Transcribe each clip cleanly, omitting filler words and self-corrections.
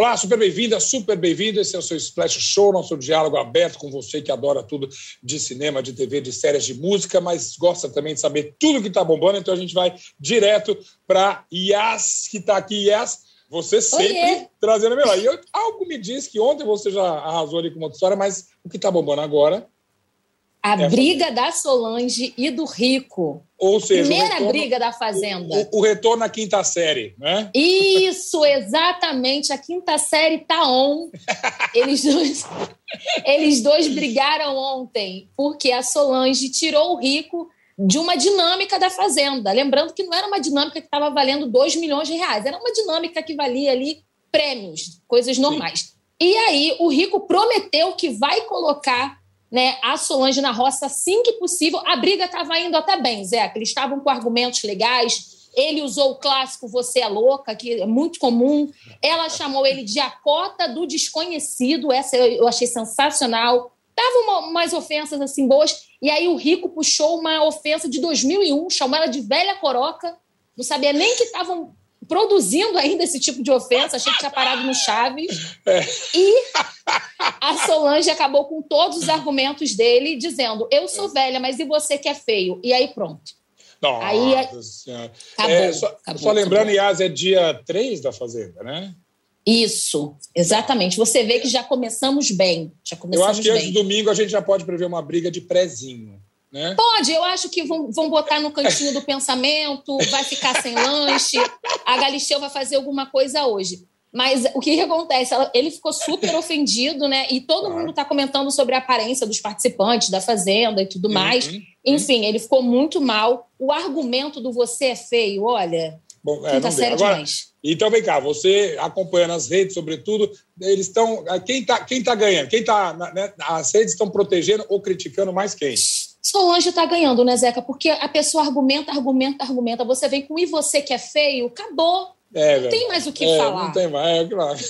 Olá, super bem-vinda, super bem-vindo. Esse é o seu Splash Show, nosso diálogo aberto com você que adora tudo de cinema, de TV, de séries, de música, mas gosta também de saber tudo que está bombando. Então a gente vai direto para Yas, que está aqui. Yas, você sempre trazendo a melhor. E algo me diz que ontem você já arrasou ali com uma outra história, mas o que está bombando agora? A briga da Solange e do Rico. Ou seja, primeira briga da Fazenda. O retorno à quinta série, né? Isso, exatamente. A quinta série tá on. Eles dois brigaram ontem, porque a Solange tirou o Rico de uma dinâmica da Fazenda. Lembrando que não era uma dinâmica que estava valendo 2 milhões de reais. Era uma dinâmica que valia ali prêmios, coisas normais. Sim. E aí o Rico prometeu que vai colocar, né, a Solange na roça assim que possível. A briga estava indo até bem, Zeca. Eles estavam com argumentos legais. Ele usou o clássico "você é louca", que é muito comum. Ela chamou ele de "a cota do desconhecido". Essa eu achei sensacional. Tava umas ofensas assim boas. E aí o Rico puxou uma ofensa de 2001, chamou ela de "velha coroca". Não sabia nem que estavam produzindo ainda esse tipo de ofensa. Achei que tinha parado no Chaves. E a Solange acabou com todos os argumentos dele, dizendo: eu sou velha, mas e você que é feio? E aí pronto. Nossa aí Senhora. Acabou, só lembrando, Yas, é dia 3 da Fazenda, né? Isso, exatamente. Você vê que já começamos bem. Eu acho que antes do domingo a gente já pode prever uma briga de prezinho, né? Pode, eu acho que vão botar no cantinho do pensamento, vai ficar sem lanche, a Galisteu vai fazer alguma coisa hoje. Mas o que acontece? Ele ficou super ofendido, né? E todo mundo está comentando sobre a aparência dos participantes da Fazenda e tudo mais. Enfim, ele ficou muito mal. O argumento do "você é feio", olha, quinta série demais. Então vem cá, você acompanhando as redes, sobretudo, eles estão. Quem tá ganhando? Né, as redes estão protegendo ou criticando mais quem? Solange está ganhando, né, Zeca? Porque a pessoa argumenta. Você vem com "e você que é feio", acabou. Não tem mais o que falar. Não tem mais.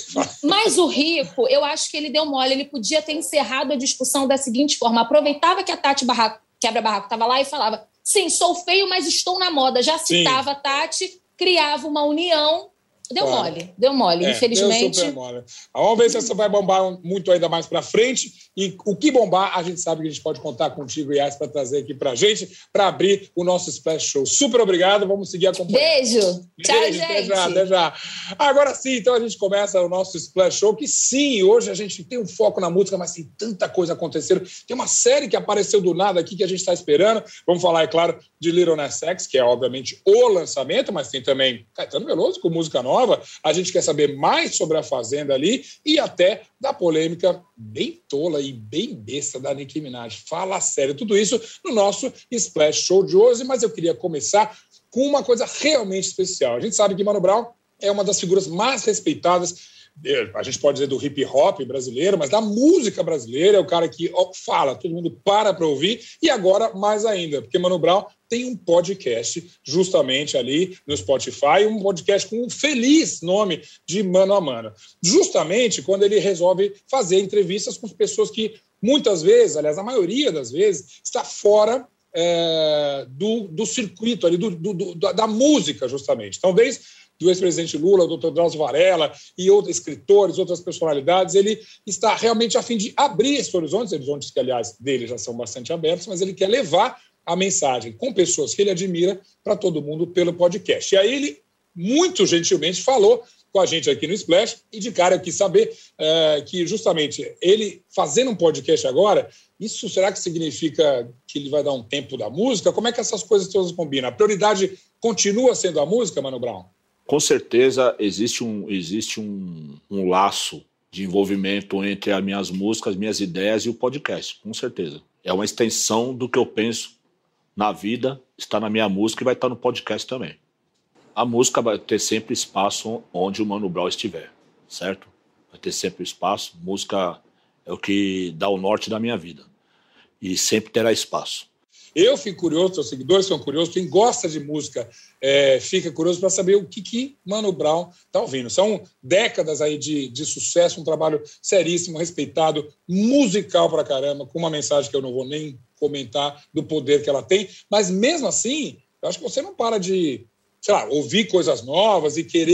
Mas o Rico, eu acho que ele deu mole. Ele podia ter encerrado a discussão da seguinte forma: aproveitava que a Tati Quebra-Barraco estava lá e falava: sim, sou feio, mas estou na moda. Já citava a Tati, criava uma união. Deu mole, infelizmente. Deu super mole. Vamos ver se essa vai bombar muito ainda mais pra frente. E o que bombar, a gente sabe que a gente pode contar contigo, Yas, para trazer aqui pra gente, para abrir o nosso Splash Show. Super obrigado, vamos seguir acompanhando. Beijo. Tchau, gente. Até já. Agora sim, então a gente começa o nosso Splash Show, que sim, hoje a gente tem um foco na música, mas tem tanta coisa acontecendo. Tem uma série que apareceu do nada aqui que a gente está esperando. Vamos falar, é claro, de Lil Nas X, que é obviamente o lançamento, mas tem também Caetano Veloso com música nova. A gente quer saber mais sobre a Fazenda ali e até da polêmica bem tola e bem besta da Nicki Minaj. Fala sério, tudo isso no nosso Splash Show de hoje, mas eu queria começar com uma coisa realmente especial. A gente sabe que Mano Brown é uma das figuras mais respeitadas, a gente pode dizer do hip hop brasileiro, mas da música brasileira. É o cara que fala, todo mundo para ouvir, e agora mais ainda, porque Mano Brown tem um podcast justamente ali no Spotify, um podcast com um feliz nome de Mano a Mano. Justamente quando ele resolve fazer entrevistas com pessoas que muitas vezes, aliás, a maioria das vezes, está fora do circuito ali, da música, justamente. Então, desde do ex-presidente Lula, o Dr. Drauzio Varela e outros escritores, outras personalidades, ele está realmente a fim de abrir esses horizontes que, aliás, dele já são bastante abertos, mas ele quer levar a mensagem com pessoas que ele admira para todo mundo pelo podcast. E aí ele, muito gentilmente, falou com a gente aqui no Splash, e de cara eu quis saber que justamente ele fazendo um podcast agora, isso será que significa que ele vai dar um tempo da música? Como é que essas coisas todas combinam? A prioridade continua sendo a música, Mano Brown? Com certeza existe um laço de envolvimento entre as minhas músicas, minhas ideias e o podcast, com certeza. É uma extensão do que eu penso na vida, está na minha música e vai estar no podcast também. A música vai ter sempre espaço onde o Mano Brown estiver, certo? Vai ter sempre espaço. Música é o que dá o norte da minha vida. E sempre terá espaço. Eu fico curioso, seus seguidores são curiosos, quem gosta de música fica curioso para saber o que Mano Brown está ouvindo. São décadas aí de sucesso, um trabalho seríssimo, respeitado, musical pra caramba, com uma mensagem que eu não vou nem comentar do poder que ela tem, mas mesmo assim, eu acho que você não para de, sei lá, ouvir coisas novas e querer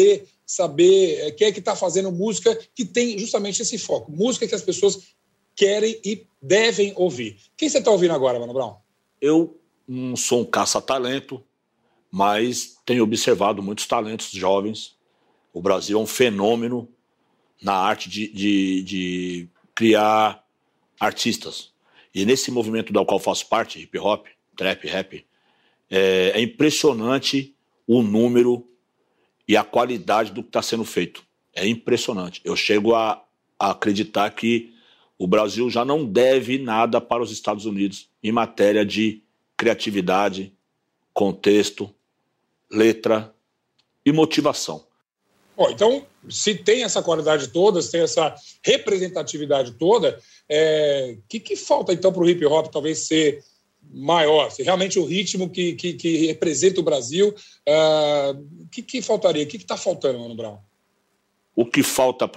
saber quem é que está fazendo música que tem justamente esse foco. Música que as pessoas querem e devem ouvir. Quem você está ouvindo agora, Mano Brown? Eu não sou um caça-talento, mas tenho observado muitos talentos jovens. O Brasil é um fenômeno na arte de criar artistas. E nesse movimento do qual faço parte, hip-hop, trap, rap, é impressionante o número e a qualidade do que está sendo feito. É impressionante. Eu chego a acreditar que o Brasil já não deve nada para os Estados Unidos em matéria de criatividade, contexto, letra e motivação. Bom, então, se tem essa qualidade toda, se tem essa representatividade toda, que falta então para o hip-hop talvez ser maior? Se realmente o ritmo que representa o Brasil, que faltaria? O que está faltando, Mano Brown? O que falta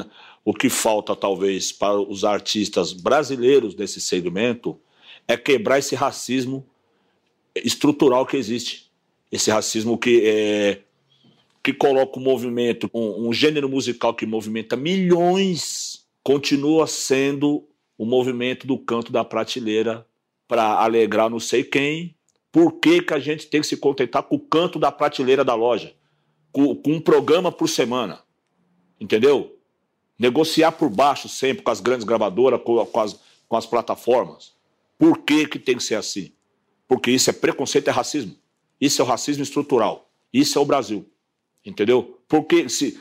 talvez para os artistas brasileiros desse segmento é quebrar esse racismo estrutural que existe. Esse racismo que coloca o movimento, um gênero musical que movimenta milhões, continua sendo o movimento do canto da prateleira para alegrar não sei quem. Por que a gente tem que se contentar com o canto da prateleira da loja? Com um programa por semana. Entendeu? Negociar por baixo sempre com as grandes gravadoras, com as plataformas. Por que tem que ser assim? Porque isso é preconceito, é racismo. Isso é o racismo estrutural. Isso é o Brasil. Entendeu? Porque se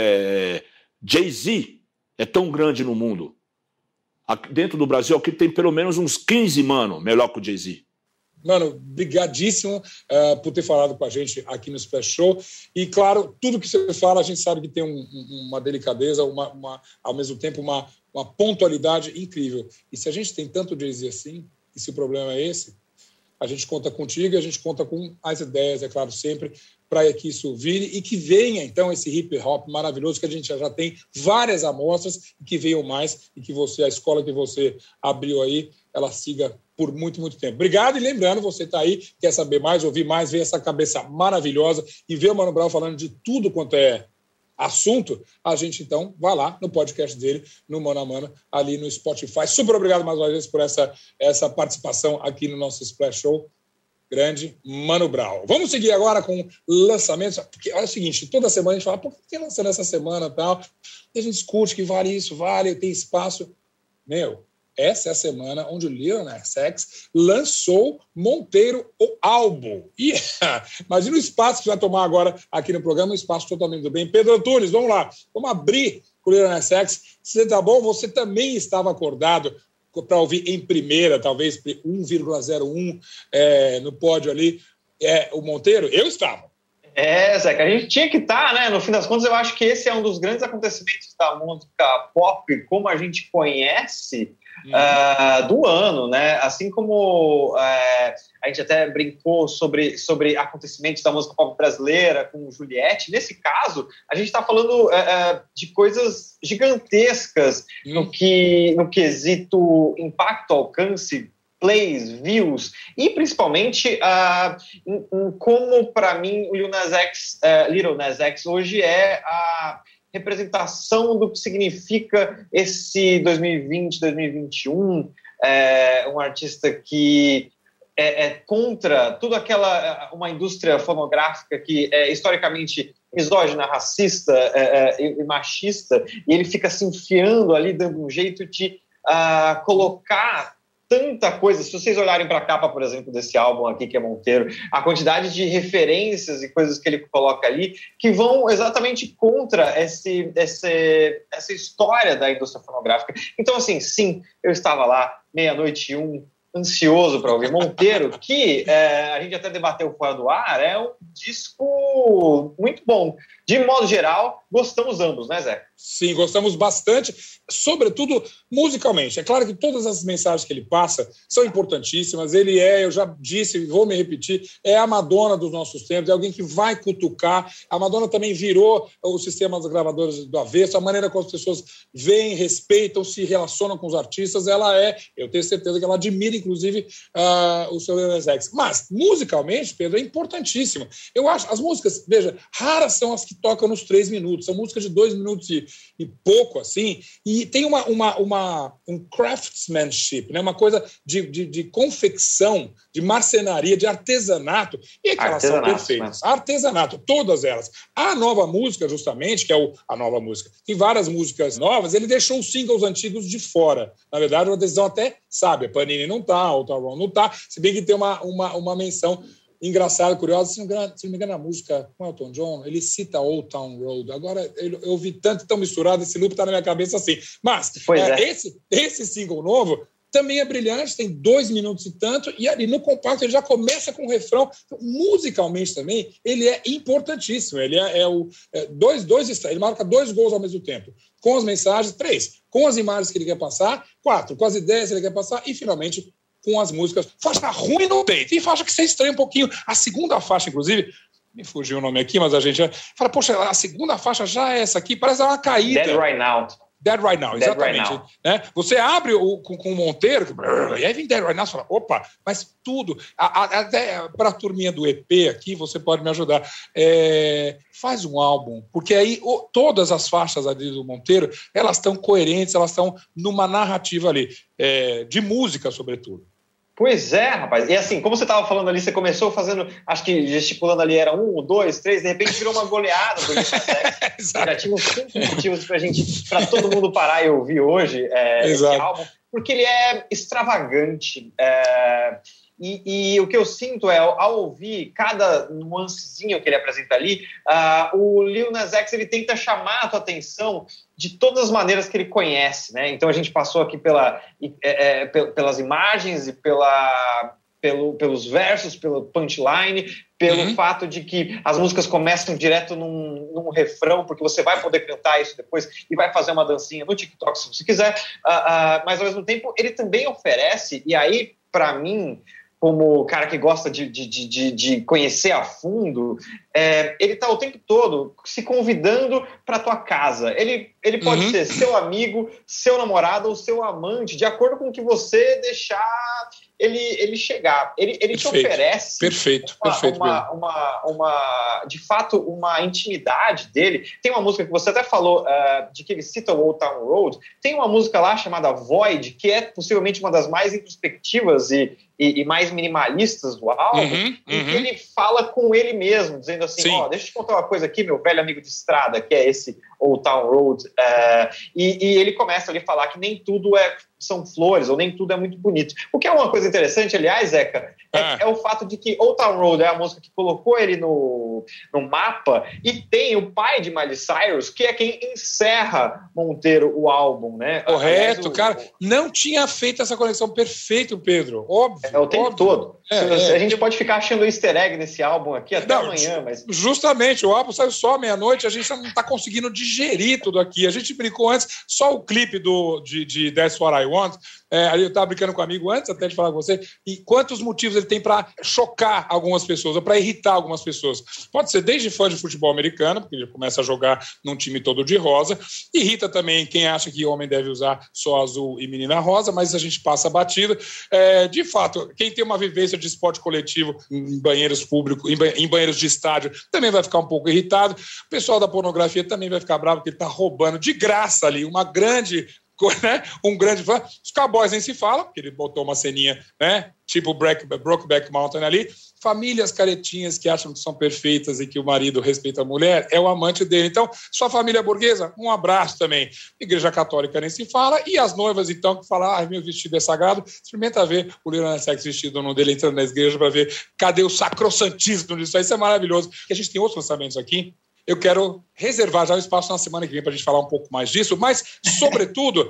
Jay-Z é tão grande no mundo, aqui dentro do Brasil aqui tem pelo menos uns 15, mano, melhor que o Jay-Z. Mano, brigadíssimo por ter falado com a gente aqui no Splash Show. E, claro, tudo que você fala, a gente sabe que tem uma delicadeza, ao mesmo tempo uma pontualidade incrível. E se a gente tem tanto Jay-Z assim, e se o problema é esse, a gente conta contigo e a gente conta com as ideias, é claro, sempre, para que isso vire e que venha, então, esse hip-hop maravilhoso, que a gente já tem várias amostras, e que venham mais, e que a escola que você abriu aí, ela siga por muito, muito tempo. Obrigado, e lembrando, você está aí, quer saber mais, ouvir mais, ver essa cabeça maravilhosa e ver o Mano Brown falando de tudo quanto é assunto, a gente, então, vai lá no podcast dele, no Mano a Mano, ali no Spotify. Super obrigado mais uma vez por essa participação aqui no nosso Splash Show. Grande Mano Brown. Vamos seguir agora com lançamentos, porque olha o seguinte, toda semana a gente fala, por que lançando essa semana e tal? E a gente discute que vale isso, tem espaço. Essa é a semana onde o Lil Nas X lançou Monteiro, o álbum. E imagina o espaço que vai tomar agora aqui no programa, um espaço totalmente do bem. Pedro Antunes, vamos lá. Vamos abrir com o Lil Nas X. Se tá bom, você também estava acordado para ouvir em primeira, talvez 1,01 no pódio ali, o Monteiro? Eu estava. Zeca, a gente tinha que estar, né? No fim das contas, eu acho que esse é um dos grandes acontecimentos da música pop, como a gente conhece, do ano, né? Assim como a gente até brincou sobre acontecimentos da música pop brasileira com Juliette, nesse caso, a gente está falando de coisas gigantescas no quesito impacto, alcance, plays, views, e principalmente como, para mim, o Lil Nas X hoje é a representação do que significa esse 2020, 2021, um artista que é contra toda uma indústria fonográfica que é historicamente misógina, racista e machista, e ele fica se enfiando ali, dando um jeito de colocar tanta coisa. Se vocês olharem para a capa, por exemplo, desse álbum aqui, que é Monteiro, a quantidade de referências e coisas que ele coloca ali, que vão exatamente contra essa história da indústria fonográfica. Então, assim, sim, eu estava lá, 00:01, ansioso para ouvir Monteiro, que a gente até debateu fora do ar, é um disco muito bom. De modo geral, gostamos ambos, né, Zé? Sim, gostamos bastante, sobretudo musicalmente. É claro que todas as mensagens que ele passa são importantíssimas. Ele eu já disse, vou me repetir, é a Madonna dos nossos tempos, é alguém que vai cutucar. A Madonna também virou o sistema das gravadoras do avesso, a maneira como as pessoas veem, respeitam, se relacionam com os artistas. Eu tenho certeza que ela admira, inclusive, o seu Lil Nas X. Mas, musicalmente, Pedro, é importantíssimo. Eu acho, as músicas, veja, raras são as que tocam nos 3 minutos, são músicas de 2 minutos e pouco, assim, e tem um craftsmanship, né? Uma coisa de confecção, de marcenaria, de artesanato, e que elas são perfeitas. Né? Artesanato, todas elas. A nova música, justamente, que é a nova música, tem várias músicas novas, ele deixou os singles antigos de fora. Na verdade, uma decisão até sábia. Panini não tá, o Tal Ron não tá, se bem que tem uma menção engraçada, curiosa. Se não me engano, a música com Elton John, ele cita Old Town Road. Agora, eu ouvi tanto tão misturado, esse loop tá na minha cabeça assim. Mas, esse single novo também é brilhante, tem 2 minutos e tanto, e ali no compacto ele já começa com o refrão. Então, musicalmente também, ele é importantíssimo. Ele ele marca 2 gols ao mesmo tempo, com as mensagens, 3, com as imagens que ele quer passar, 4, com as ideias que ele quer passar, e finalmente com as músicas. Faixa ruim não tem faixa que você estranha um pouquinho. A segunda faixa, inclusive, me fugiu o nome aqui, mas a gente já fala, poxa, a segunda faixa já é essa aqui, parece uma caída. Dead Right Now. Dead Right Now, exatamente. Right Now. Né? Você abre com o Monteiro, e aí vem Dead Right Now, você fala, opa, mas tudo, até para a turminha do EP aqui, você pode me ajudar. Faz um álbum, porque aí todas as faixas ali do Monteiro, elas estão coerentes, elas estão numa narrativa ali, de música, sobretudo. Pois é, rapaz. E assim, como você estava falando ali, você começou fazendo, acho que gesticulando ali, era 1, 2, 3, de repente virou uma goleada do já tínhamos 5 motivos para todo mundo parar e ouvir hoje esse álbum, porque ele é extravagante. E o que eu sinto ao ouvir cada nuancezinho que ele apresenta ali, o Lil Nas X, ele tenta chamar a tua atenção de todas as maneiras que ele conhece, né? Então a gente passou aqui pelas imagens e pelos versos, pelo punchline, pelo fato de que as músicas começam direto num refrão, porque você vai poder cantar isso depois e vai fazer uma dancinha no TikTok se você quiser, mas ao mesmo tempo ele também oferece, e aí para mim, como cara que gosta de conhecer a fundo, ele está o tempo todo se convidando para a tua casa. Ele pode ser seu amigo, seu namorado ou seu amante, de acordo com o que você deixar ele chegar. Ele te oferece de fato uma intimidade dele. Tem uma música que você até falou de que ele cita o Old Town Road. Tem uma música lá chamada Void, que é possivelmente uma das mais introspectivas e mais minimalistas do álbum, e que ele fala com ele mesmo, dizendo assim, deixa eu te contar uma coisa aqui, meu velho amigo de estrada, que é esse Old Town Road, e ele começa ali a falar que nem tudo são flores, ou nem tudo é muito bonito. O que é uma coisa interessante, aliás, Zeca, é o fato de que Old Town Road é a música que colocou ele no mapa, e tem o pai de Miley Cyrus, que é quem encerra Monteiro o álbum, né? Correto, cara. Não tinha feito essa conexão perfeita, Pedro. Óbvio. O tempo todo. A gente pode ficar achando easter egg nesse álbum aqui até amanhã, mas... Justamente, o álbum saiu só meia-noite, a gente não está conseguindo digerir tudo aqui. A gente brincou antes, só o clipe de That's What I Want, ali eu estava brincando com um amigo antes até de falar com você, e quantos motivos ele tem para chocar algumas pessoas, ou para irritar algumas pessoas. Pode ser desde fã de futebol americano, porque ele começa a jogar num time todo de rosa, irrita também quem acha que homem deve usar só azul e menina rosa, mas a gente passa a batida. De fato, quem tem uma vivência de esporte coletivo em banheiros públicos, em banheiros de estádio, também vai ficar um pouco irritado. O pessoal da pornografia também vai ficar bravo, porque ele está roubando de graça ali uma grande... Né? Um grande fã. Os Cowboys nem se fala, porque ele botou uma ceninha, né? Tipo Brokeback Mountain ali. Famílias caretinhas que acham que são perfeitas e que o marido respeita a mulher, é o amante dele. Então, sua família burguesa, um abraço também. Igreja católica nem se fala. E as noivas, então, que falam, meu vestido é sagrado. Experimenta ver o Lil Nas X vestido no dele entrando na igreja para ver cadê o sacrossantismo disso. Isso é maravilhoso. E a gente tem outros lançamentos aqui. Eu quero reservar já o espaço na semana que vem para a gente falar um pouco mais disso, mas, sobretudo,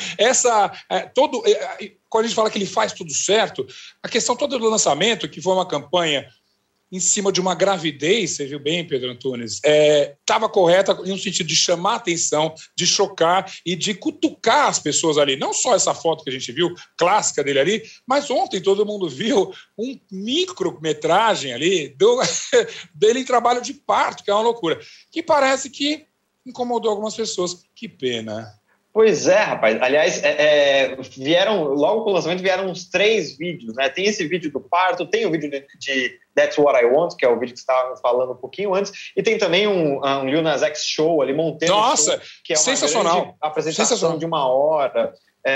quando a gente fala que ele faz tudo certo, a questão toda do lançamento, que foi uma campanha em cima de uma gravidez, você viu bem, Pedro Antunes, estava correta em um sentido de chamar a atenção, de chocar e de cutucar as pessoas ali. Não só essa foto que a gente viu, clássica dele ali, mas ontem todo mundo viu um micrometragem ali dele em trabalho de parto, que é uma loucura, que parece que incomodou algumas pessoas. Que pena. Pois é, rapaz. Aliás, logo com o lançamento vieram uns 3 vídeos, né? Tem esse vídeo do parto, tem o vídeo de That's What I Want, que é o vídeo que você estava falando um pouquinho antes, e tem também um Lil Nas X show ali, Monteiro. Nossa, show, que é uma sensacional. apresentação de 1 hora.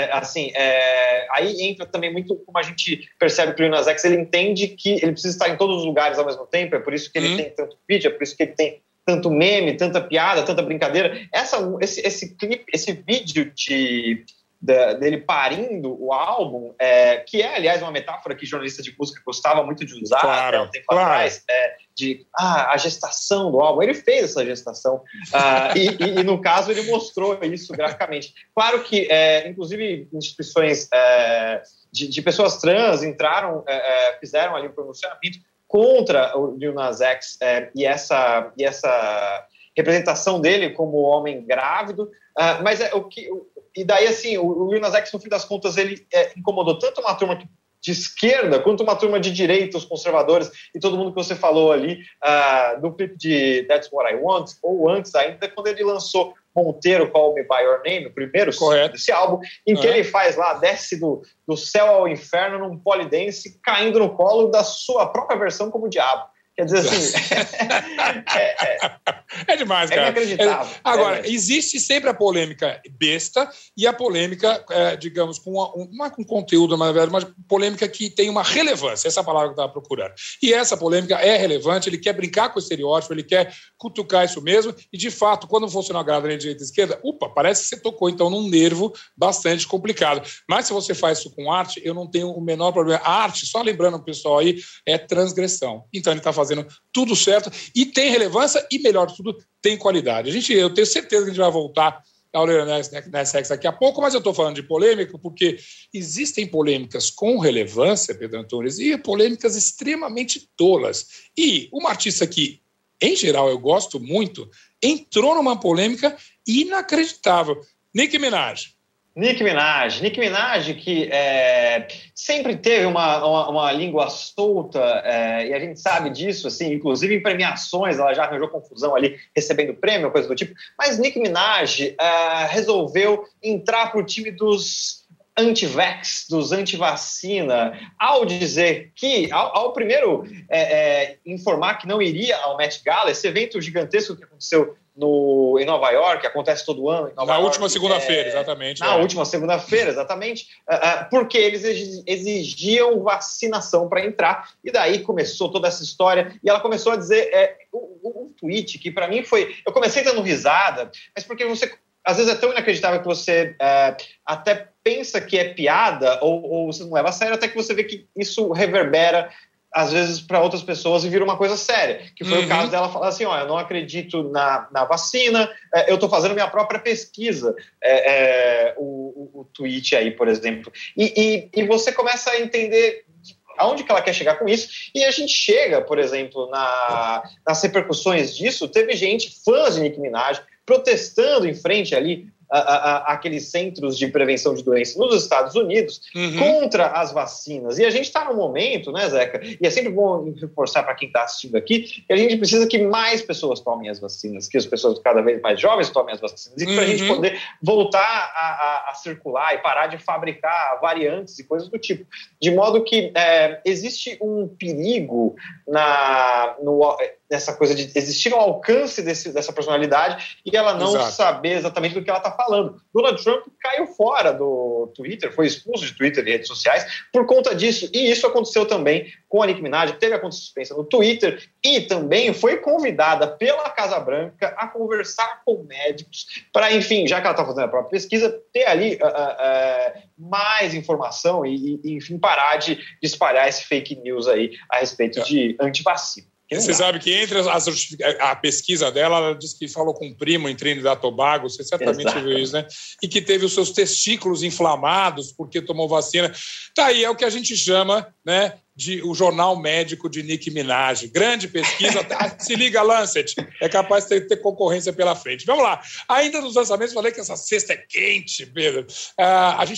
Aí entra também muito como a gente percebe que o Lil Nas X, ele entende que ele precisa estar em todos os lugares ao mesmo tempo, é por isso que ele tem tanto vídeo, é por isso que ele tem tanto meme, tanta piada, tanta brincadeira. Esse clipe, esse vídeo dele parindo o álbum, que é, aliás, uma metáfora que jornalista de música gostava muito de usar até um tempo atrás, a gestação do álbum. Ele fez essa gestação e no caso, ele mostrou isso graficamente. Claro que, inclusive, instituições de pessoas trans entraram, fizeram ali um pronunciamento contra o Lil Nas X e essa representação dele como homem grávido, mas e daí assim, o Lil Nas X, no fim das contas, ele incomodou tanto uma turma de esquerda quanto uma turma de direita, os conservadores e todo mundo que você falou ali do clipe de That's What I Want, ou antes ainda, quando ele lançou Monteiro, Call Me By Your Name, o primeiro desse álbum, em que ele faz lá, desce do céu ao inferno num polidense, caindo no colo da sua própria versão como diabo. Quer dizer assim... é demais, cara. É inacreditável. Agora, existe sempre a polêmica besta e a polêmica, digamos, não é com conteúdo, mas polêmica que tem uma relevância. Essa é a palavra que eu estava procurando. E essa polêmica é relevante, ele quer brincar com o estereótipo, ele quer cutucar isso mesmo, e, de fato, quando você não agrada nem direita e esquerda, parece que você tocou, então, num nervo bastante complicado. Mas se você faz isso com arte, eu não tenho o menor problema. A arte, só lembrando o pessoal aí, é transgressão. Então, ele está fazendo tudo certo e tem relevância e, melhor de tudo, tem qualidade. Eu tenho certeza que a gente vai voltar ao Lil Nas X daqui a pouco, mas eu estou falando de polêmica porque existem polêmicas com relevância, Pedro Antunes, e polêmicas extremamente tolas. E uma artista que, em geral, eu gosto muito, entrou numa polêmica inacreditável. Nicki Minaj, que sempre teve uma língua solta, e a gente sabe disso, assim, inclusive em premiações, ela já arranjou confusão ali, recebendo prêmio, coisa do tipo, mas Nicki Minaj resolveu entrar para o time dos anti-vax, dos anti-vacina, ao dizer que, ao primeiro informar que não iria ao Met Gala, esse evento gigantesco que aconteceu em Nova York, acontece todo ano. Na última segunda-feira, exatamente. Na última segunda-feira, exatamente. Porque eles exigiam vacinação para entrar. E daí começou toda essa história. E ela começou a dizer um tweet que, para mim, foi... Eu comecei dando risada, mas porque você... Às vezes é tão inacreditável que você até pensa que é piada ou você não leva a sério, até que você vê que isso reverbera às vezes para outras pessoas e vira uma coisa séria, que foi o caso dela falar assim, eu não acredito na vacina, eu estou fazendo minha própria pesquisa, o tweet aí, por exemplo, e você começa a entender aonde que ela quer chegar com isso, e a gente chega, por exemplo, nas repercussões disso, teve gente, fãs de Nicki Minaj, protestando em frente ali aqueles centros de prevenção de doenças nos Estados Unidos contra as vacinas. E a gente está num momento, né, Zeca? E é sempre bom reforçar para quem está assistindo aqui que a gente precisa que mais pessoas tomem as vacinas, que as pessoas cada vez mais jovens tomem as vacinas, e para a gente poder voltar a circular e parar de fabricar variantes e coisas do tipo. De modo que existe um perigo nessa coisa de existir um alcance dessa personalidade e ela não saber exatamente do que ela está falando. Donald Trump caiu fora do Twitter, foi expulso de Twitter e redes sociais por conta disso. E isso aconteceu também com a Nicki Minaj, teve a conta suspensa no Twitter e também foi convidada pela Casa Branca a conversar com médicos para, enfim, já que ela está fazendo a própria pesquisa, ter ali mais informação e, enfim, parar de espalhar esse fake news aí a respeito de antivacina. Você sabe que entre a pesquisa dela, ela disse que falou com um primo em Trinidad e Tobago, você certamente viu isso, né? E que teve os seus testículos inflamados porque tomou vacina. Tá aí, é o que a gente chama, né, de o jornal médico de Nicki Minaj. Grande pesquisa, se liga, Lancet, é capaz de ter concorrência pela frente. Vamos lá, ainda nos lançamentos, falei que essa sexta é quente, Pedro. A gente tem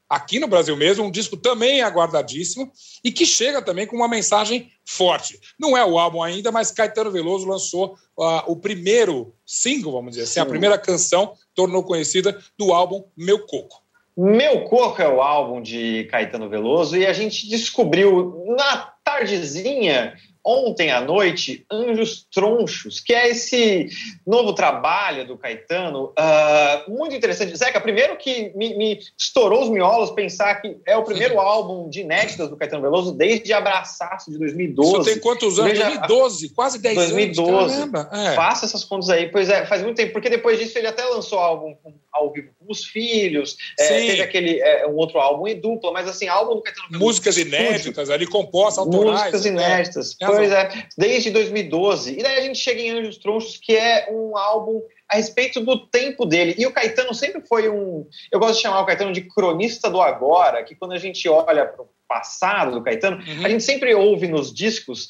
aqui no Brasil mesmo, um disco também aguardadíssimo e que chega também com uma mensagem forte. Não é o álbum ainda, mas Caetano Veloso lançou o primeiro single, vamos dizer assim, a primeira canção, tornou conhecida do álbum Meu Coco. Meu Coco é o álbum de Caetano Veloso e a gente descobriu na tardezinha, ontem à noite, Anjos Tronchos, que é esse novo trabalho do Caetano, muito interessante. Zeca, primeiro que me estourou os miolos pensar que é o primeiro álbum de inéditas do Caetano Veloso desde Abraçaço, de 2012. Isso tem quantos anos? 2012, quase 10 2012. anos. 2012. Faça essas contas aí. Pois é, faz muito tempo, porque depois disso ele até lançou álbum ao vivo com os filhos, teve aquele um outro álbum em dupla, mas assim, álbum do Caetano Veloso. Músicas inéditas, ali compostas, autorais. Músicas inéditas. Pois é, desde 2012. E daí a gente chega em Anjos Tronchos, que é um álbum a respeito do tempo dele. E o Caetano sempre foi eu gosto de chamar o Caetano de cronista do agora, que quando a gente olha para o passado do Caetano, a gente sempre ouve nos discos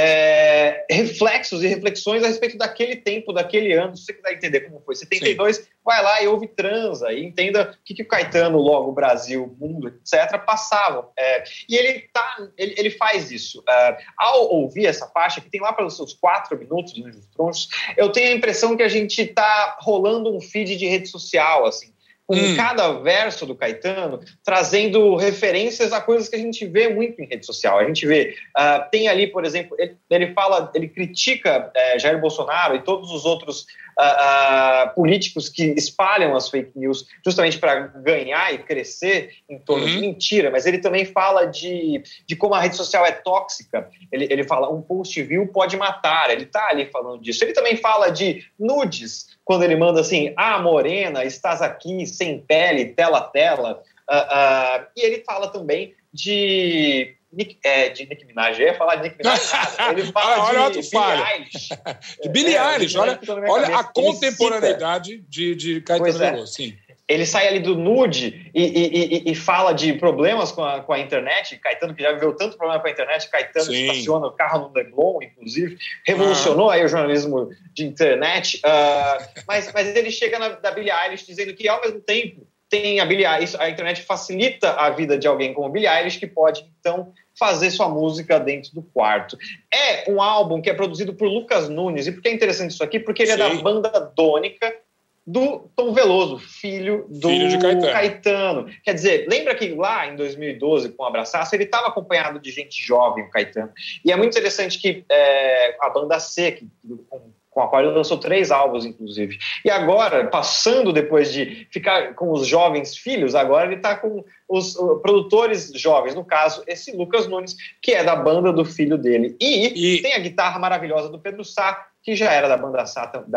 reflexos e reflexões a respeito daquele tempo, daquele ano. Se você quiser entender como foi 72, sim, vai lá e ouve Transa e entenda o que o Caetano, logo o Brasil, o mundo, etc., passavam. E ele faz isso. Ao ouvir essa faixa, que tem lá pelos seus 4 minutos de Anjos Tronchos, eu tenho a impressão que a gente está rolando um feed de rede social, assim, com cada verso do Caetano trazendo referências a coisas que a gente vê muito em rede social. A gente vê, tem ali, por exemplo, ele critica Jair Bolsonaro e todos os outros políticos que espalham as fake news justamente para ganhar e crescer em torno de mentira, mas ele também fala de como a rede social é tóxica. Ele fala, um post view pode matar, ele está ali falando disso. Ele também fala de nudes, quando ele manda assim, morena, estás aqui, sem pele, tela. E ele fala também de Nicki Minaj. Eu ia falar de Nicki Minaj nada. Ele fala de Billie Eilish. De Billie Eilish, olha a contemporaneidade de Caetano Veloso, sim. Ele sai ali do nude e fala de problemas com a internet. Caetano, que já viveu tanto problema com a internet, Caetano estaciona o carro no Leblon, inclusive, revolucionou aí o jornalismo de internet. Mas ele chega da Billie Eilish dizendo que, ao mesmo tempo, tem a internet facilita a vida de alguém como Billie Eilish, que pode, então, fazer sua música dentro do quarto. É um álbum que é produzido por Lucas Nunes. E por que é interessante isso aqui? Porque ele é da banda Dônica, do Tom Veloso, filho de Caetano. Quer dizer, lembra que lá em 2012, com o Abraçaço, ele estava acompanhado de gente jovem, o Caetano. E é muito interessante que a banda C, com a qual ele lançou 3 álbuns, inclusive. E agora, passando depois de ficar com os jovens filhos, agora ele está com os produtores jovens, no caso, esse Lucas Nunes, que é da banda do filho dele. E tem a guitarra maravilhosa do Pedro Sá, que já era da banda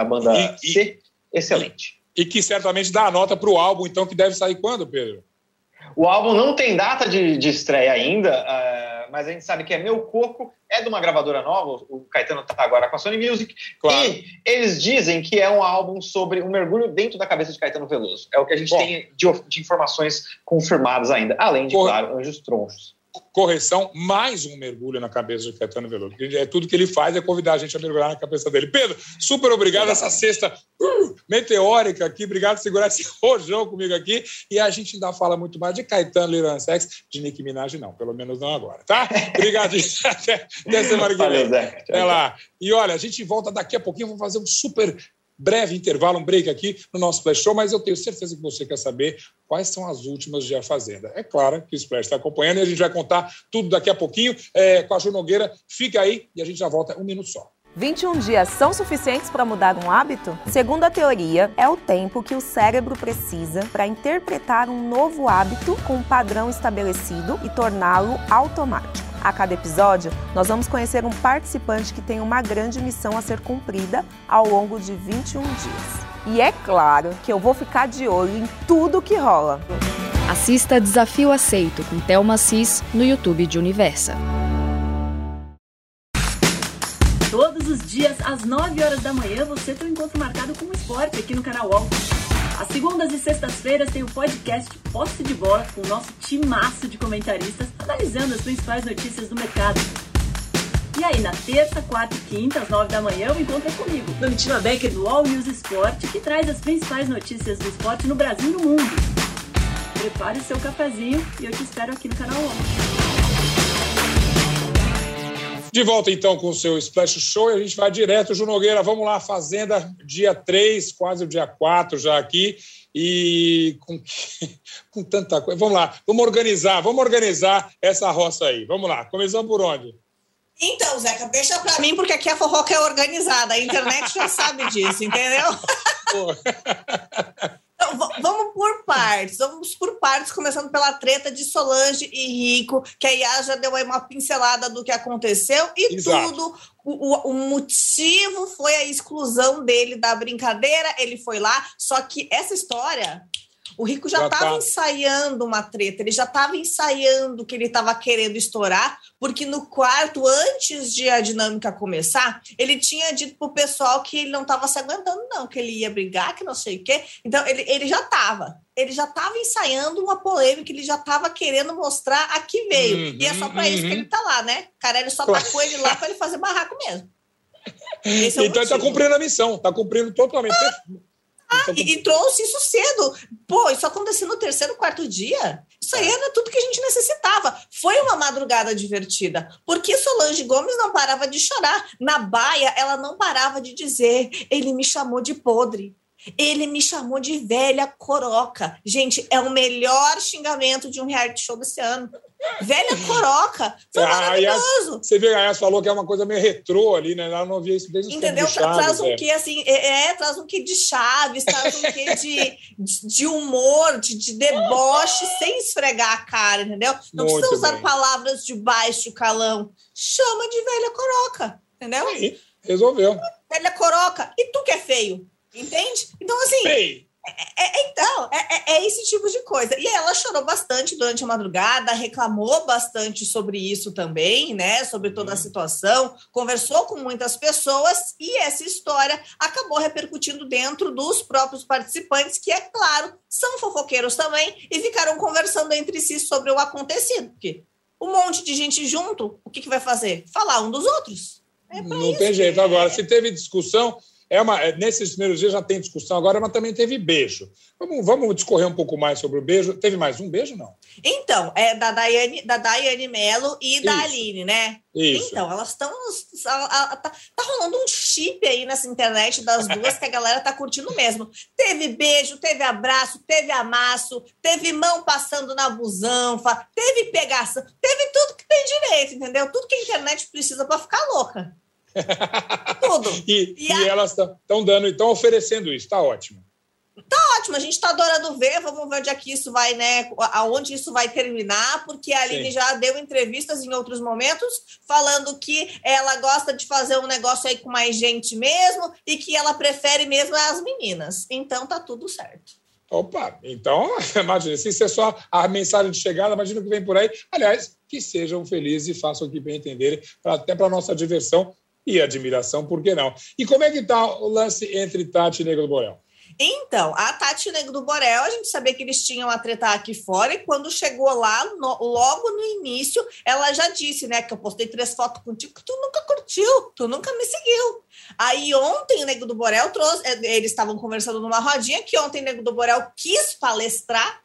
C, excelente. E que certamente dá a nota para o álbum, então, que deve sair quando, Pedro? O álbum não tem data de estreia ainda, mas a gente sabe que é Meu Coco, é de uma gravadora nova, o Caetano está agora com a Sony Music, claro. E eles dizem que é um álbum sobre um mergulho dentro da cabeça de Caetano Veloso. É o que a gente tem de informações confirmadas ainda, além de, claro, Anjos Tronchos. Correção, mais um mergulho na cabeça de Caetano Veloso. Tudo que ele faz é convidar a gente a mergulhar na cabeça dele. Pedro, super obrigado essa sexta meteórica aqui. Obrigado por segurar esse rojão comigo aqui. E a gente ainda fala muito mais de Caetano, Lil Nas X, de Nicki Minaj não. Pelo menos não agora, tá? Obrigado. Até semana que vem. Até lá. E olha, a gente volta daqui a pouquinho. Vamos fazer um super breve intervalo, um break aqui no nosso Splash Show, mas eu tenho certeza que você quer saber quais são as últimas de A Fazenda. É claro que o Splash está acompanhando e a gente vai contar tudo daqui a pouquinho com a Ju Nogueira. Fica aí e a gente já volta um minuto só. 21 dias são suficientes para mudar um hábito? Segundo a teoria, é o tempo que o cérebro precisa para interpretar um novo hábito com um padrão estabelecido e torná-lo automático. A cada episódio, nós vamos conhecer um participante que tem uma grande missão a ser cumprida ao longo de 21 dias. E é claro que eu vou ficar de olho em tudo que rola. Assista Desafio Aceito com Thelma Assis no YouTube de Universa. Todos os dias, às 9 horas da manhã, você tem um encontro marcado com o esporte aqui no canal UOL. Às segundas e sextas-feiras tem o podcast Posse de Bola com o nosso timaço de comentaristas analisando as principais notícias do mercado. E aí, na terça, quarta e quinta, às 9 da manhã, o encontro é comigo, Domitila Becker, do All News Esporte, que traz as principais notícias do esporte no Brasil e no mundo. Prepare seu cafezinho e eu te espero aqui no canal 11. De volta, então, com o seu Splash Show, e a gente vai direto, Ju Nogueira, vamos lá, Fazenda, dia 3, quase o dia 4 já aqui, e com tanta coisa. Vamos lá, vamos organizar essa roça aí. Vamos lá, começamos por onde? Então, Zeca, deixa pra mim, porque aqui a fofoca é organizada, a internet já sabe disso, entendeu? Então, vamos por partes, começando pela treta de Solange e Rico, que a Yas já deu aí uma pincelada do que aconteceu e Exato. Tudo. O motivo foi a exclusão dele da brincadeira, ele foi lá, só que essa história... O Rico já estava ensaiando uma treta, ele já estava ensaiando que ele estava querendo estourar, porque no quarto, antes de a dinâmica começar, ele tinha dito pro pessoal que ele não estava se aguentando, não, que ele ia brigar, que não sei o quê. Então, ele já estava ensaiando uma polêmica, ele já estava querendo mostrar a que veio. E é só para isso que ele tá lá, né? Cara, ele só tacou ele lá para ele fazer barraco mesmo. Esse é então ele tá cumprindo a missão, tá cumprindo totalmente. E trouxe isso cedo. Pô, isso aconteceu no 3º, 4º dia. Isso aí era tudo que a gente necessitava. Foi uma madrugada divertida. Porque Solange Gomes não parava de chorar. Na baia, ela não parava de dizer: ele me chamou de podre. Ele me chamou de velha coroca. Gente, é o melhor xingamento de um reality show desse ano. Velha coroca. Foi maravilhoso. Você viu, a Yas falou que é uma coisa meio retrô ali, né? Ela não via isso desde os tempos de Chaves. Traz um quê, assim, traz um quê de Chaves, traz um quê de humor, de deboche, sem esfregar a cara, entendeu? Não muito precisa usar palavras de baixo calão. Chama de velha coroca, entendeu? Aí, resolveu. Velha coroca. E tu que é feio? Entende? Então, assim, é esse tipo de coisa. E ela chorou bastante durante a madrugada, reclamou bastante sobre isso também, né? Sobre toda a situação, conversou com muitas pessoas e essa história acabou repercutindo dentro dos próprios participantes, que, é claro, são fofoqueiros também e ficaram conversando entre si sobre o acontecido. Porque um monte de gente junto, o que vai fazer? Falar um dos outros. Não tem jeito. Agora, se teve discussão... nesses primeiros dias já tem discussão agora, mas também teve beijo. Vamos discorrer um pouco mais sobre o beijo. Teve mais um beijo, não? Então, é da Daiane Mello e da Aline, né? Isso. Então, elas estão... Tá rolando um chip aí nessa internet das duas que a galera tá curtindo mesmo. Teve beijo, teve abraço, teve amasso, teve mão passando na busanfa, teve pegação, teve tudo que tem direito, entendeu? Tudo que a internet precisa para ficar louca. Tudo. E elas estão oferecendo isso, tá ótimo. Tá ótimo, a gente tá adorando ver, vamos ver onde é que isso vai, né? Aonde isso vai terminar, porque a Aline já deu entrevistas em outros momentos falando que ela gosta de fazer um negócio aí com mais gente mesmo e que ela prefere mesmo as meninas. Então tá tudo certo. Opa, então, imagina, se isso é só a mensagem de chegada, imagina o que vem por aí. Aliás, que sejam felizes e façam o que bem entenderem, até para nossa diversão e admiração, por que não? E como é que está o lance entre Tati e Nego do Borel? Então, a Tati e o Nego do Borel, a gente sabia que eles tinham a treta aqui fora, e quando chegou lá, logo no início, ela já disse, né, que eu postei 3 fotos contigo que tu nunca curtiu, tu nunca me seguiu. Aí ontem o Nego do Borel trouxe, eles estavam conversando numa rodinha, que ontem o Nego do Borel quis palestrar,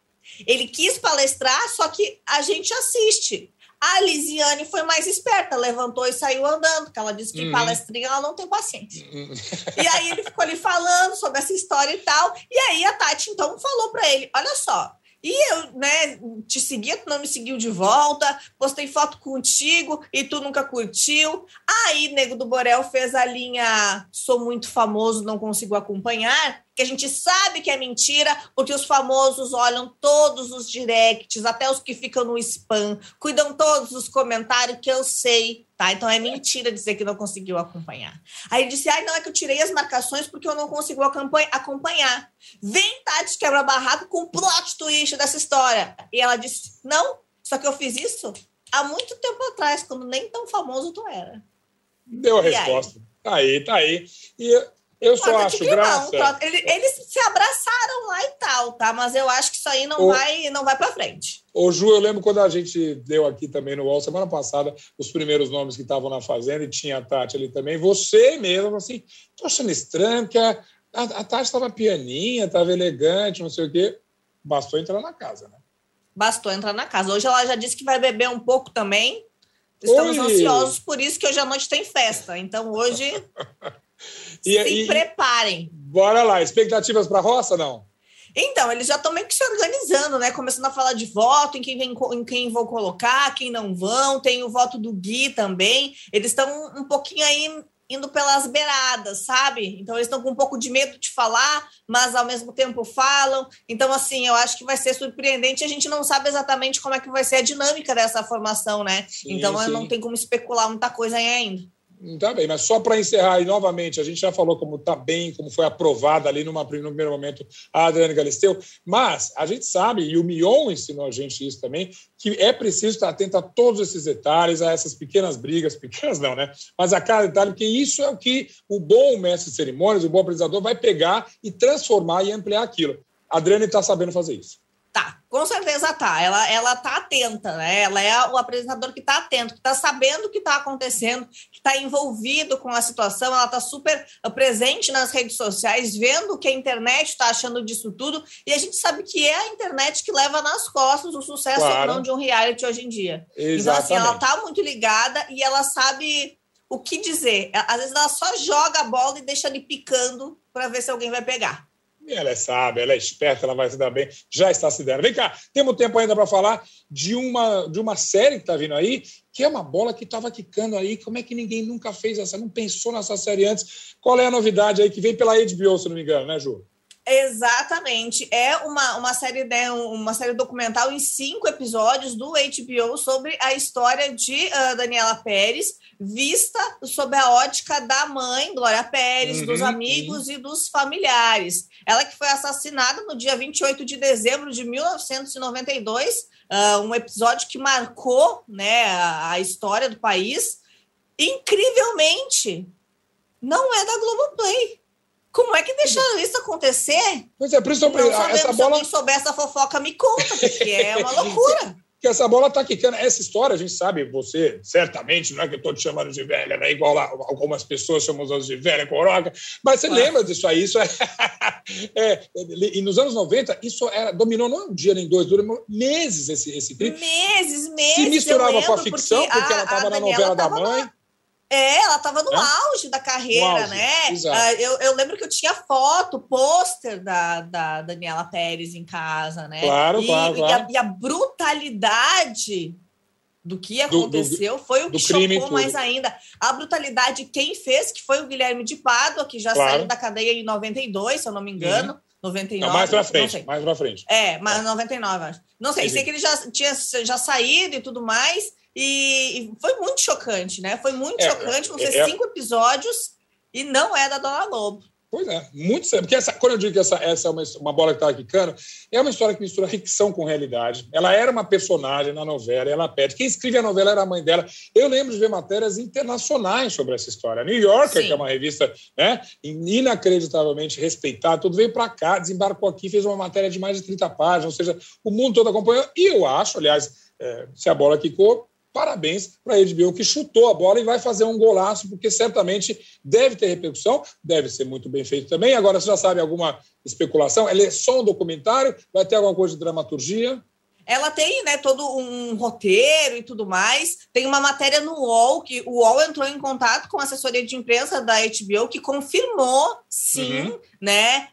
só que a gente assiste. A Lisiane foi mais esperta, levantou e saiu andando, porque ela disse que palestrinha ela não tem paciência. E aí ele ficou ali falando sobre essa história e tal, e aí a Tati então falou pra ele, olha só, e eu, né, te seguia, tu não me seguiu de volta, postei foto contigo e tu nunca curtiu. Aí Nego do Borel fez a linha sou muito famoso, não consigo acompanhar, que a gente sabe que é mentira, porque os famosos olham todos os directs, até os que ficam no spam, cuidam todos os comentários que eu sei, tá? Então é mentira dizer que não conseguiu acompanhar. Aí ele disse, não, é que eu tirei as marcações porque eu não consigo acompanhar. Vem Tati quebra-barraco com o plot twist dessa história. E ela disse, não, só que eu fiz isso há muito tempo atrás, quando nem tão famoso tu era. Deu a resposta. Aí? Tá aí. E... eu só acho graça... Eles se abraçaram lá e tal, tá? Mas eu acho que isso aí não vai pra frente. Ô, Ju, eu lembro quando a gente deu aqui também no UOL, semana passada, os primeiros nomes que estavam na Fazenda, e tinha a Tati ali também. Você mesmo, assim, tô achando estranho, porque a Tati estava pianinha, estava elegante, não sei o quê. Bastou entrar na casa, né? Bastou entrar na casa. Hoje ela já disse que vai beber um pouco também. Estamos ansiosos, por isso que hoje à noite tem festa. Então hoje se preparem. Bora lá. Expectativas para a roça, não? Então, eles já estão meio que se organizando, né? Começando a falar de voto, em quem vão colocar, quem não vão. Tem o voto do Gui também. Eles estão um pouquinho aí indo pelas beiradas, sabe? Então, eles estão com um pouco de medo de falar, mas ao mesmo tempo falam. Então, assim, eu acho que vai ser surpreendente. A gente não sabe exatamente como é que vai ser a dinâmica dessa formação, né? Sim, então, não tem como especular muita coisa aí ainda. Tá bem, mas só para encerrar aí novamente, a gente já falou como está bem, como foi aprovada ali no primeiro momento a Adriane Galisteu, mas a gente sabe, e o Mion ensinou a gente isso também, que é preciso estar atento a todos esses detalhes, a essas pequenas brigas, pequenas não, né? Mas a cada detalhe, porque isso é o que o bom mestre de cerimônias, o bom apresentador vai pegar e transformar e ampliar aquilo. A Adriane está sabendo fazer isso. Tá, com certeza tá. Ela tá atenta, né? Ela é o apresentador que tá atento, que tá sabendo o que tá acontecendo, que tá envolvido com a situação, ela tá super presente nas redes sociais, vendo o que a internet tá achando disso tudo, e a gente sabe que é a internet que leva nas costas o sucesso ou não de um reality hoje em dia. Exatamente. Então, assim, ela tá muito ligada e ela sabe o que dizer. Às vezes ela só joga a bola e deixa ali picando para ver se alguém vai pegar. Ela é sábia, ela é esperta, ela vai se dar bem, já está se dando. Vem cá, temos tempo ainda para falar de uma série que está vindo aí, que é uma bola que estava quicando aí. Como é que ninguém nunca fez essa, não pensou nessa série antes? Qual é a novidade aí que vem pela HBO, se não me engano, né, Ju? Exatamente. É uma série, né, uma série documental em 5 episódios do HBO sobre a história de Daniela Pérez, vista sob a ótica da mãe, Glória Pérez, dos amigos e dos familiares. Ela que foi assassinada no dia 28 de dezembro de 1992, um episódio que marcou, né, a história do país. Incrivelmente, não é da Globoplay. Como é que deixaram isso acontecer? Pois é, por isso essa bola... Se alguém souber essa fofoca, me conta, porque é uma loucura. Porque essa bola tá quicando. Essa história, a gente sabe, você, certamente, não é que eu estou te chamando de velha, né? Igual lá, algumas pessoas chamam os de velha coroca, mas você lembra disso aí? Isso e nos anos 90, isso dominou não um dia nem dois, durou meses esse clipe. Meses. Se misturava com a ficção, porque ela estava na novela da mãe. Ela estava no auge da carreira, né? Eu lembro que eu tinha foto, pôster da Daniela Pérez em casa, né? Claro. E a brutalidade do que aconteceu foi o que chocou mais ainda. A brutalidade, quem fez, que foi o Guilherme de Pádua, que já saiu da cadeia em 92, se eu não me engano. 99. Não, mais pra frente. Mas 99, acho. Não sei, sei que ele já tinha saído e tudo mais. E foi muito chocante, né? Foi muito chocante, vão ser 5 episódios e não é da Dona Lobo. Pois é, muito sério. Porque quando eu digo que essa é uma bola que estava quicando, é uma história que mistura ficção com realidade. Ela era uma personagem na novela, ela pede. Quem escreve a novela era a mãe dela. Eu lembro de ver matérias internacionais sobre essa história. New Yorker, que é uma revista, né, inacreditavelmente respeitada, tudo veio para cá, desembarcou aqui, fez uma matéria de mais de 30 páginas, ou seja, o mundo todo acompanhou. E eu acho, aliás, se a bola quicou, parabéns para a HBO, que chutou a bola e vai fazer um golaço, porque certamente deve ter repercussão, deve ser muito bem feito também. Agora, você já sabe alguma especulação? Ele é só um documentário? Vai ter alguma coisa de dramaturgia? Ela tem, né, todo um roteiro e tudo mais. Tem uma matéria no UOL, que o UOL entrou em contato com a assessoria de imprensa da HBO, que confirmou, sim, né,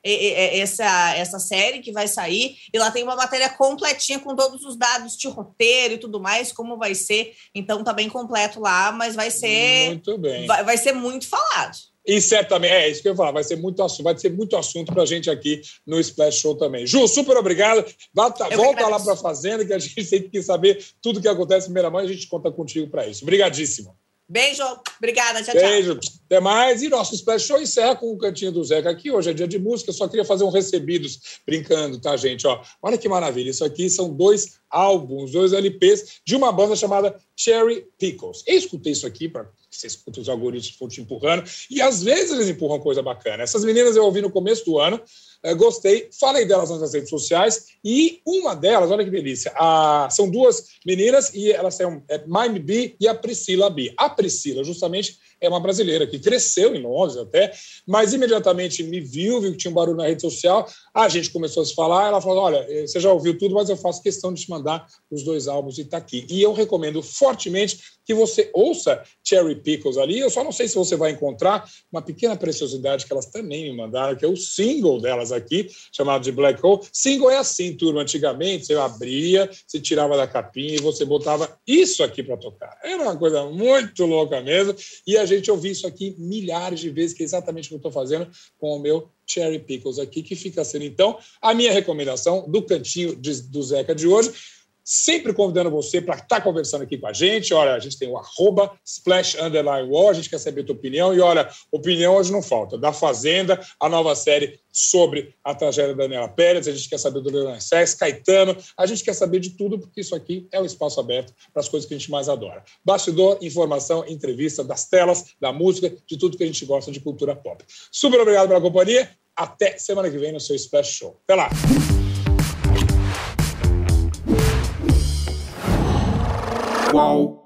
essa série que vai sair. E lá tem uma matéria completinha com todos os dados de roteiro e tudo mais, como vai ser. Então tá bem completo lá, mas vai ser... Muito bem. Vai ser muito falado. E certamente, isso que eu ia falar, vai ser muito assunto para a gente aqui no Splash Show também. Ju, super obrigado. Volta lá para a Fazenda, que a gente tem que saber tudo o que acontece em primeira mão e a gente conta contigo para isso. Obrigadíssimo. Beijo, obrigada, tchau, Beijo, até mais. E nosso Splash Show encerra com o Cantinho do Zeca aqui. Hoje é dia de música, eu só queria fazer um recebidos brincando, tá, gente? Olha que maravilha, isso aqui são 2 álbuns, 2 LPs de uma banda chamada Cherry Pickles. Eu escutei isso aqui para você escuta os algoritmos que estão te empurrando, e às vezes eles empurram coisa bacana. Essas meninas eu ouvi no começo do ano, gostei, falei delas nas redes sociais, e uma delas, olha que delícia, são 2 meninas, e elas são Mime B e a Priscila B. A Priscila, justamente, é uma brasileira que cresceu em Londres até, mas imediatamente me viu que tinha um barulho na rede social, a gente começou a se falar, ela falou, olha, você já ouviu tudo, mas eu faço questão de te mandar os 2 álbuns e tá aqui. E eu recomendo fortemente que você ouça Cherry Pickles ali. Eu só não sei se você vai encontrar uma pequena preciosidade que elas também me mandaram, que é o single delas aqui, chamado de Black Hole. Single é assim, turma. Antigamente, você abria, você tirava da capinha e você botava isso aqui para tocar. Era uma coisa muito louca mesmo. E a gente ouviu isso aqui milhares de vezes, que é exatamente o que eu estou fazendo com o meu Cherry Pickles aqui, que fica sendo, então, a minha recomendação do Cantinho do Zeca de hoje. Sempre convidando você para estar conversando aqui com a gente. Olha, a gente tem o @splash_war, a gente quer saber a tua opinião. E olha, opinião hoje não falta. Da Fazenda, a nova série sobre a tragédia da Daniela Pérez, a gente quer saber do Leonardo Sérgio, Caetano, a gente quer saber de tudo, porque isso aqui é um espaço aberto para as coisas que a gente mais adora. Bastidor, informação, entrevista, das telas, da música, de tudo que a gente gosta de cultura pop. Super obrigado pela companhia. Até semana que vem no seu Splash Show. Até lá! Qual?